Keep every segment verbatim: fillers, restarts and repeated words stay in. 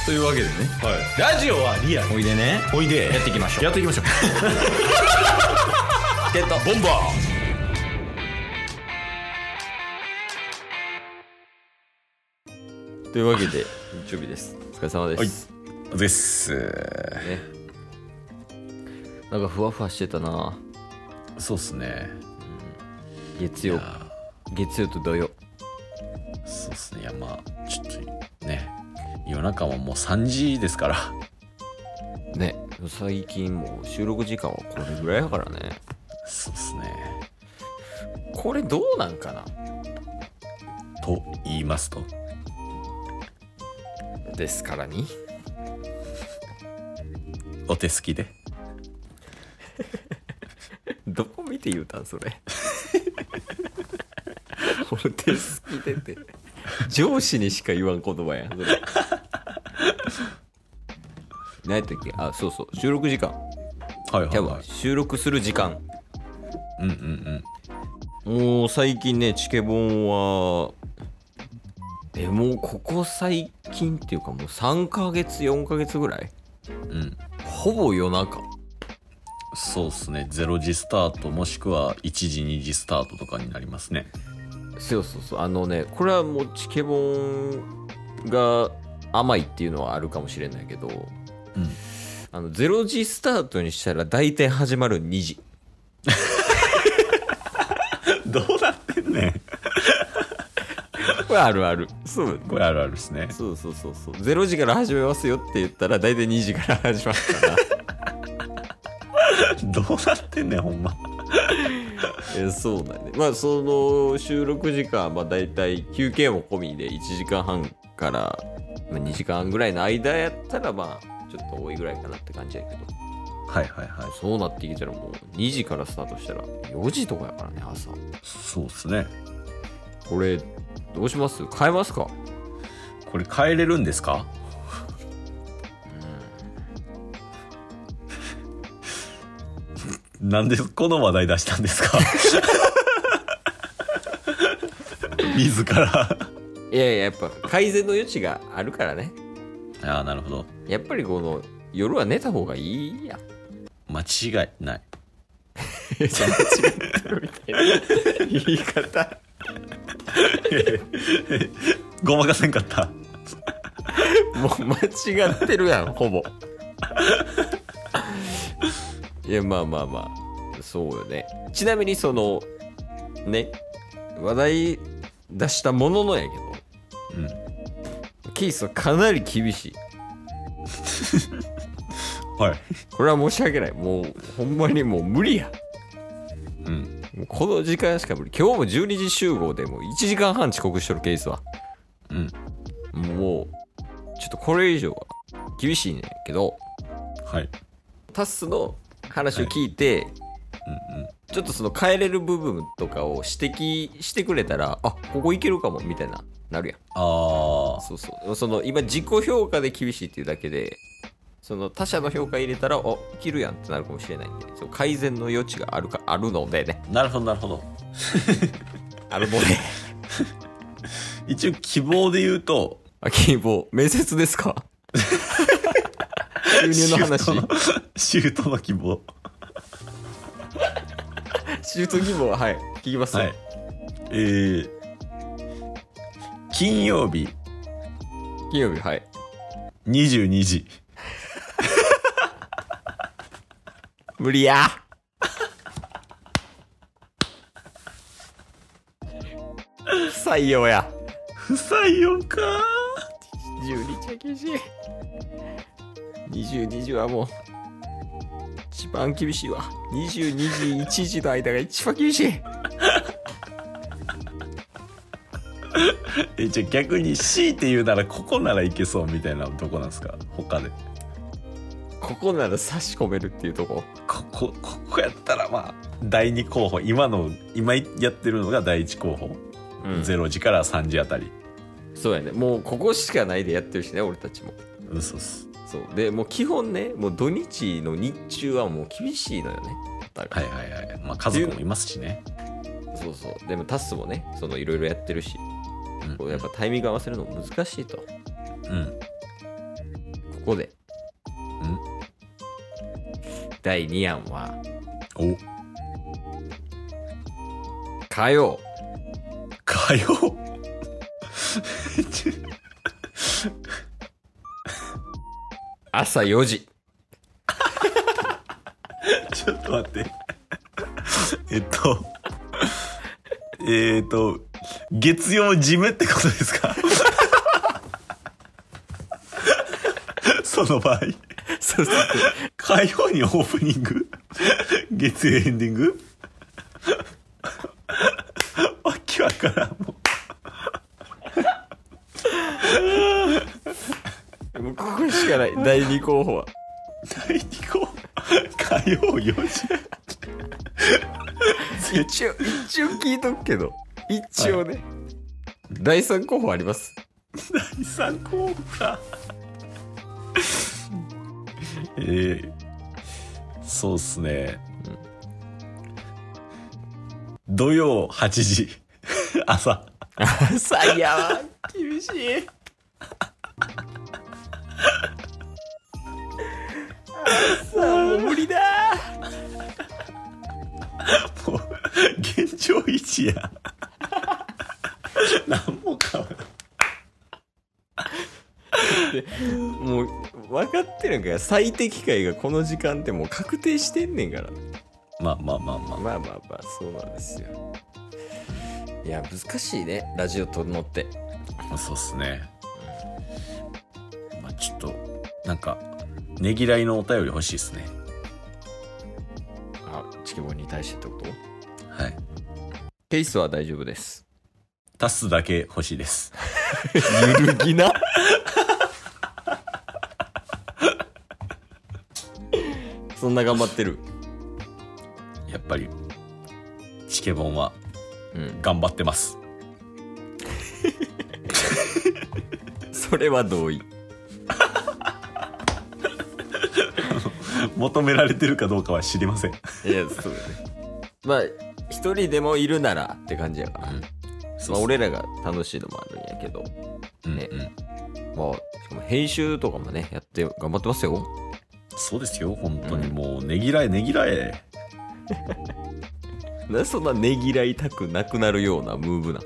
というわけでね、 はい、ラジオはリアル。 おいでね、 おいでやっていきましょう。 やっていきましょうゲットボンバーというわけで日曜日です。お疲れ様です。 はい、ですね。 なんかふわふわしてたな。 そうっすね、 うん、月曜月曜と土曜。 そうっすね。いやまあちょっとね、夜中ももうさんじですからね。最近もう収録時間はこれぐらいだからね。 そうっすね。 これどうなんかなと言いますとですからにお手すきでどこ見て言うたんそれお手すきでって上司にしか言わん言葉やんそれ。何やったっけ。あ、そうそう、収録時間。 はいはいはい。 収録する時間。 うんうんうん。もう最近ね、チケボンはえもうここ最近っていうかもうさんかげつよんかげつぐらい、 うん、 ほぼ夜中。 そうっすね。ゼロじスタートもしくはいちじにじスタートとかになりますね。 そうそうそう。あのね、これはもうチケボンが甘いっていうのはあるかもしれないけど、 うん、 あのゼロじスタートにしたら大体始まるにじ。 どうなってんねん。 これあるある。そう。 これあるあるですね。 そうそうそうそう。ゼロじから始めますよって言ったら大体にじから始まるから。 どうなってんねんほんま。 えそうだね。まあその収録時間はまあ大体休憩も込みでいちじかんはんからにじかんぐらいの間やったらまあちょっと多いぐらいかなって感じやけど。 はいはいはい。 そうなってきたらもうにじからスタートしたらよじとかやからね、朝。 そうっすね。 これどうします？変えますか？ これ変えれるんですか？なんでこの話題出したんですか？自ら。 いやいや、やっぱ改善の余地があるからね。 ああ、なるほど。 やっぱりこの夜は寝た方がいいや。 間違いない。 間違ってるみたいな言い方。 ごまかせんかった。 もう間違ってるやん、ほぼ。いや、まあまあまあ、そうよね。ちなみにそのね、話題出したもののやけど、 うん、 ケースはかなり厳しい。 はい。 これは申し訳ない。もうほんまにもう無理や。 うん。 もうこの時間しか無理。今日もじゅうにじ集合でもういちじかんはん遅刻しとるケースは。 うん。 もうちょっとこれ以上は厳しいねんけど。 はい。 タスの話を聞いて、はい、うんうん、ちょっとその変えれる部分とかを指摘してくれたら、あ、ここいけるかもみたいななるやん。 ああ。 そうそう。その今自己評価で厳しいっていうだけで、その他者の評価入れたら、お、いけるやんってなるかもしれないんで、そう改善の余地があるかあるのでね。 なるほどなるほど。 あるので。 一応希望で言うと、 あ、希望面接ですか？収入の話。 シュートの希望。 シュート希望ははい聞きます。はい。 えー、金曜日。 金曜日はい。 にじゅうにじ。 無理や。不採用や。 不採用か。 にじゅうにじは厳しい。にじゅうにじはもう一番厳しいわ。にじゅうにじいちじの間が一番厳しい。 え、じゃあ逆に強いて言うならここならいけそうみたいなとこなんですか？他でここなら差し込めるっていうとこ。 ここここやったらまあだいに候補、今の今やってるのがだいいち候補、うん、ゼロじからさんじあたり。 そうやね。もうここしかないでやってるしね、俺たちも。 うん、そうっす。 そうでもう基本ね、もう土日の日中はもう厳しいのよね。 はいはいはい。まあ家族もいますしね。 そうそう。でもタスもね、そのいろいろやってるし、うん、やっぱタイミング合わせるの難しいと。 うん。 こでんだいに案はお火曜火曜朝よじ。 ちょっと待ってえっとえっと月曜ジムってことですかその場合そうそう火曜にオープニング月曜エンディングわけわからんもうもうここしかないだいに候補は。 だいに候補火曜よじ一応一応聞いとくけど一応ね、はい、だいさん候補あります。 だいさん候補かえー、そうっすね、うん、土曜はちじ朝朝やわ厳しい朝もう無理だもう現状維持や何も変わらんもう分かってるんか最適解がこの時間ってもう確定してんねんから。 まあまあまあまあまあまあまあそうなんですよ。いや難しいねラジオ撮るのって。 そうっすね、うん、まあちょっとなんかねぎらいのお便り欲しいっすね。 あチケボンに対してってこと？ はい。 ケースは大丈夫です。 タスだけ欲しいですゆるぎなそんな頑張ってる。 やっぱりチケボンは頑張ってます、 うん、それは同意求められてるかどうかは知りません。いやそうだね。まあ一人でもいるならって感じやから、うん、まあ俺らが楽しいのもあるんやけど、ね、うんうん、まあしかも編集とかもねやって頑張ってますよ。 そうですよ本当にもうねぎらえねぎらえなんでそんなねぎらいたくなくなるようなムーブな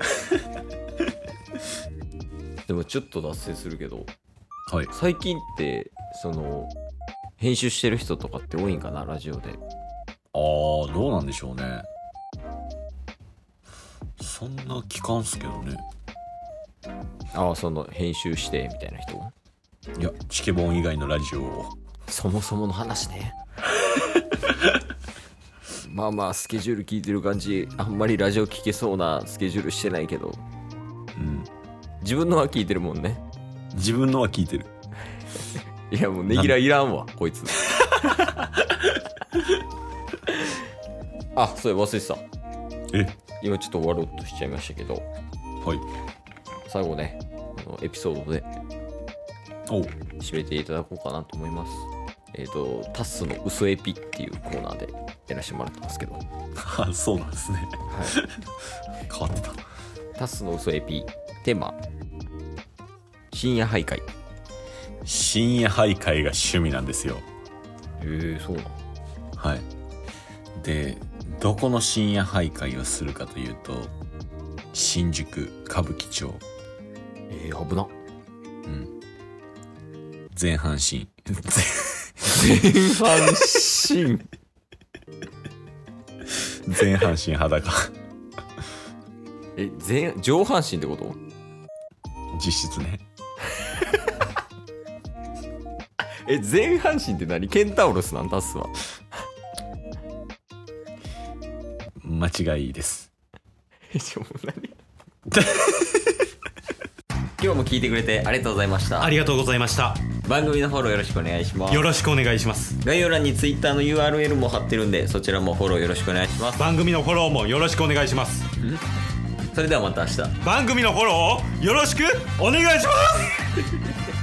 でもちょっと脱線するけど、 はい、 最近ってその編集してる人とかって多いんかなラジオで。 あーどうなんでしょうね。そんな聞かんすけどね。 ああその編集してみたいな人。 いやチケボン以外のラジオをそもそもの話ねまあまあスケジュール聞いてる感じあんまりラジオ聞けそうなスケジュールしてないけど、うん、自分のは聞いてるもんね。 自分のは聞いてるいやもうねぎらいらんわこいつあそうや忘れてた。 え今ちょっと終わろうとしちゃいましたけど、はい最後ねこのエピソードで締めていただこうかなと思います。えっ、ー、とタスの嘘エピっていうコーナーでやらせてもらってますけどあそうなんですね、はい、変わってた。 タスの嘘エピテーマ深夜徘徊。 深夜徘徊が趣味なんですよ。 へえー、そうなの。 はいでどこの深夜徘徊をするかというと新宿歌舞伎町。 えー、危な。 うん前半身前半身前半身裸え前上半身ってこと？ 実質ねえ前半身って何？ケンタウロスなんタスは間違いです。 えちょもう何今日も聞いてくれてありがとうございました。 ありがとうございました。 番組のフォローよろしくお願いします。 よろしくお願いします。 概要欄に Twitter の ユーアールエル も貼ってるんでそちらもフォローよろしくお願いします。 番組のフォローもよろしくお願いします。 それではまた明日番組のフォローをよろしくお願いします